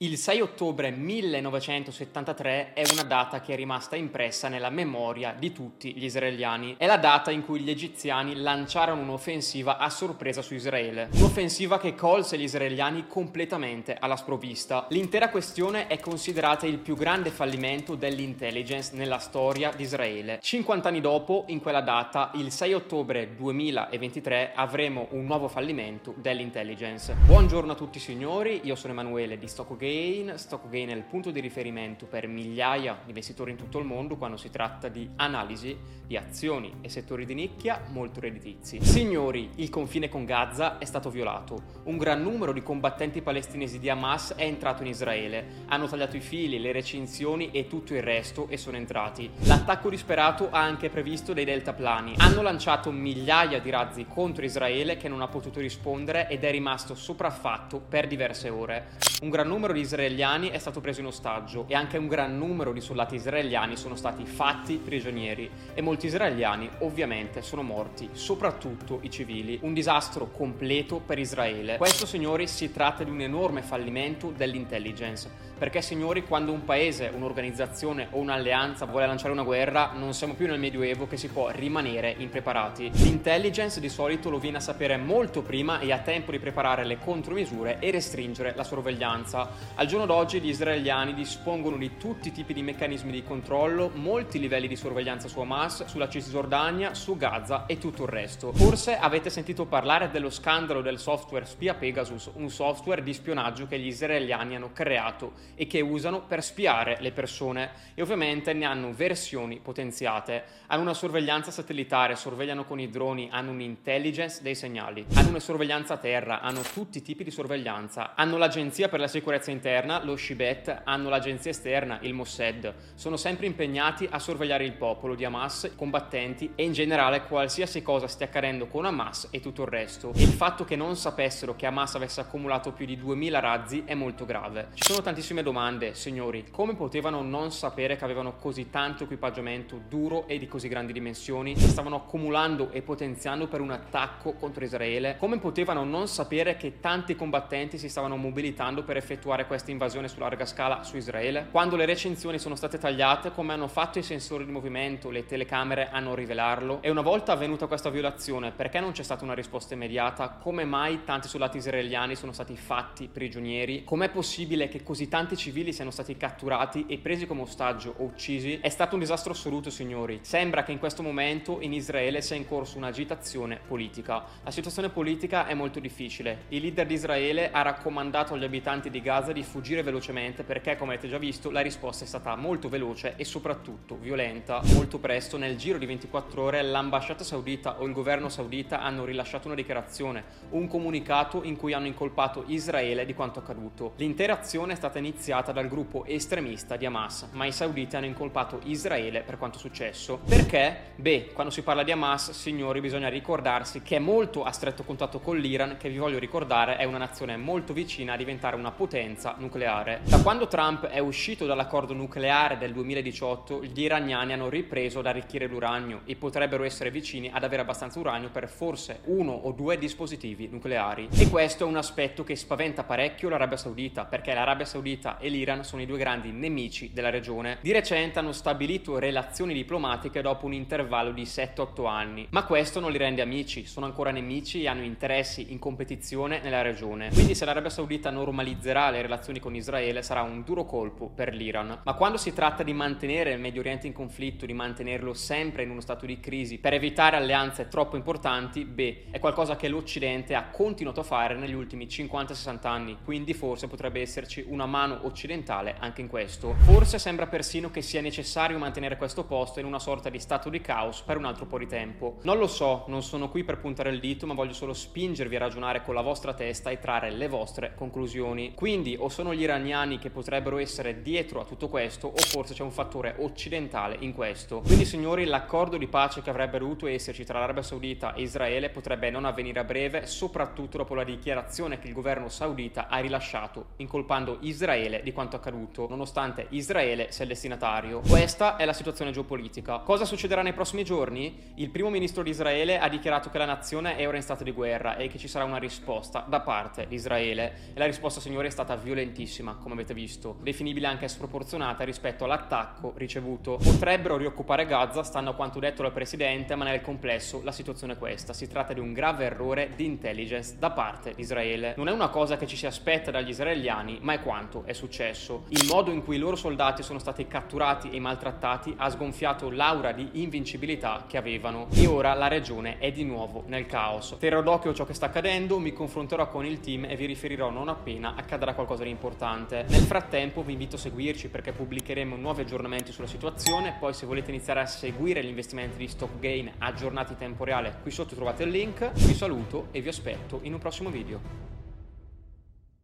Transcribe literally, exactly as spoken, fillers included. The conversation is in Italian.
Il sei ottobre millenovecentosettantatré è una data che è rimasta impressa nella memoria di tutti gli israeliani. È la data in cui gli egiziani lanciarono un'offensiva a sorpresa su Israele. Un'offensiva che colse gli israeliani completamente alla sprovvista. L'intera questione è considerata il più grande fallimento dell'intelligence nella storia di Israele. cinquanta anni dopo, in quella data, il sei ottobre duemilaventitré, avremo un nuovo fallimento dell'intelligence. Buongiorno a tutti signori, io sono Emanuele di StockGain. StockGain è il punto di riferimento per migliaia di investitori in tutto il mondo quando si tratta di analisi di azioni e settori di nicchia molto redditizi. Signori, il confine con Gaza è stato violato. Un gran numero di combattenti palestinesi di Hamas è entrato in Israele. Hanno tagliato i fili, le recinzioni e tutto il resto e sono entrati. L'attacco disperato ha anche previsto dei deltaplani. Hanno lanciato migliaia di razzi contro Israele che non ha potuto rispondere ed è rimasto sopraffatto per diverse ore. Un gran numero di israeliani è stato preso in ostaggio e anche un gran numero di soldati israeliani sono stati fatti prigionieri e molti israeliani ovviamente sono morti, soprattutto i civili. Un disastro completo per Israele. Questo, signori, si tratta di un enorme fallimento dell'intelligence, perché, signori, quando un paese, un'organizzazione o un'alleanza vuole lanciare una guerra, non siamo più nel Medioevo che si può rimanere impreparati. L'intelligence di solito lo viene a sapere molto prima e ha tempo di preparare le contromisure e restringere la sorveglianza. Al giorno d'oggi gli israeliani dispongono di tutti i tipi di meccanismi di controllo, molti livelli di sorveglianza su Hamas, sulla Cisgiordania, su Gaza e tutto il resto. Forse avete sentito parlare dello scandalo del software spia Pegasus, un software di spionaggio che gli israeliani hanno creato e che usano per spiare le persone e ovviamente ne hanno versioni potenziate. Hanno una sorveglianza satellitare, sorvegliano con i droni, hanno un'intelligence dei segnali, hanno una sorveglianza a terra, hanno tutti i tipi di sorveglianza, hanno l'agenzia per la sicurezza interna, lo Shibet, hanno l'agenzia esterna, il Mossad. Sono sempre impegnati a sorvegliare il popolo di Hamas, combattenti e in generale qualsiasi cosa stia accadendo con Hamas e tutto il resto. E il fatto che non sapessero che Hamas avesse accumulato più di duemila razzi è molto grave. Ci sono tantissime domande, signori. Come potevano non sapere che avevano così tanto equipaggiamento duro e di così grandi dimensioni che stavano accumulando e potenziando per un attacco contro Israele? Come potevano non sapere che tanti combattenti si stavano mobilitando per effettuare questa invasione su larga scala su Israele? Quando le recinzioni sono state tagliate, come hanno fatto i sensori di movimento, le telecamere hanno rivelarlo? E una volta avvenuta questa violazione, perché non c'è stata una risposta immediata? Come mai tanti soldati israeliani sono stati fatti prigionieri? Com'è possibile che così tanti civili siano stati catturati e presi come ostaggio o uccisi? È stato un disastro assoluto, signori. Sembra che in questo momento in Israele sia in corso un'agitazione politica. La situazione politica è molto difficile. Il leader di Israele ha raccomandato agli abitanti di Gaza di fuggire velocemente perché, come avete già visto, la risposta è stata molto veloce e soprattutto violenta. Molto presto, nel giro di ventiquattro ore, l'ambasciata saudita o il governo saudita hanno rilasciato una dichiarazione, un comunicato in cui hanno incolpato Israele di quanto accaduto. L'intera azione è stata iniziata dal gruppo estremista di Hamas, ma i sauditi hanno incolpato Israele per quanto successo. Perché? Beh, quando si parla di Hamas, signori, bisogna ricordarsi che è molto a stretto contatto con l'Iran, che vi voglio ricordare è una nazione molto vicina a diventare una potenza nucleare. Da quando Trump è uscito dall'accordo nucleare del duemiladiciotto, gli iraniani hanno ripreso ad arricchire l'uranio e potrebbero essere vicini ad avere abbastanza uranio per forse uno o due dispositivi nucleari. E questo è un aspetto che spaventa parecchio l'Arabia Saudita, perché l'Arabia Saudita e l'Iran sono i due grandi nemici della regione. Di recente hanno stabilito relazioni diplomatiche dopo un intervallo di sette otto anni, ma questo non li rende amici, sono ancora nemici e hanno interessi in competizione nella regione. Quindi se l'Arabia Saudita normalizzerà le relazioni con Israele sarà un duro colpo per l'Iran. Ma quando si tratta di mantenere il Medio Oriente in conflitto, di mantenerlo sempre in uno stato di crisi per evitare alleanze troppo importanti, beh, è qualcosa che l'Occidente ha continuato a fare negli ultimi cinquanta sessanta anni, quindi forse potrebbe esserci una mano occidentale anche in questo. Forse sembra persino che sia necessario mantenere questo posto in una sorta di stato di caos per un altro po' di tempo. Non lo so, non sono qui per puntare il dito, ma voglio solo spingervi a ragionare con la vostra testa e trarre le vostre conclusioni. Quindi o sono gli iraniani che potrebbero essere dietro a tutto questo o forse c'è un fattore occidentale in questo. Quindi, signori, l'accordo di pace che avrebbe dovuto esserci tra l'Arabia Saudita e Israele potrebbe non avvenire a breve, soprattutto dopo la dichiarazione che il governo saudita ha rilasciato incolpando Israele di quanto accaduto, nonostante Israele sia il destinatario. Questa è la situazione geopolitica. Cosa succederà nei prossimi giorni? Il primo ministro di Israele ha dichiarato che la nazione è ora in stato di guerra e che ci sarà una risposta da parte di Israele e la risposta, signori, è stata violenta violentissima, come avete visto, definibile anche sproporzionata rispetto all'attacco ricevuto. Potrebbero rioccupare Gaza, stando a quanto detto dal presidente, ma nel complesso la situazione è questa: si tratta di un grave errore di intelligence da parte di Israele. Non è una cosa che ci si aspetta dagli israeliani, ma è quanto è successo. Il modo in cui i loro soldati sono stati catturati e maltrattati ha sgonfiato l'aura di invincibilità che avevano, e ora la regione è di nuovo nel caos. Terrò d'occhio ciò che sta accadendo, mi confronterò con il team e vi riferirò non appena accadrà qualcosa di importante. Nel frattempo vi invito a seguirci perché pubblicheremo nuovi aggiornamenti sulla situazione. Poi, se volete iniziare a seguire gli investimenti di StockGain aggiornati in tempo reale, qui sotto trovate il link. Vi saluto e vi aspetto in un prossimo video.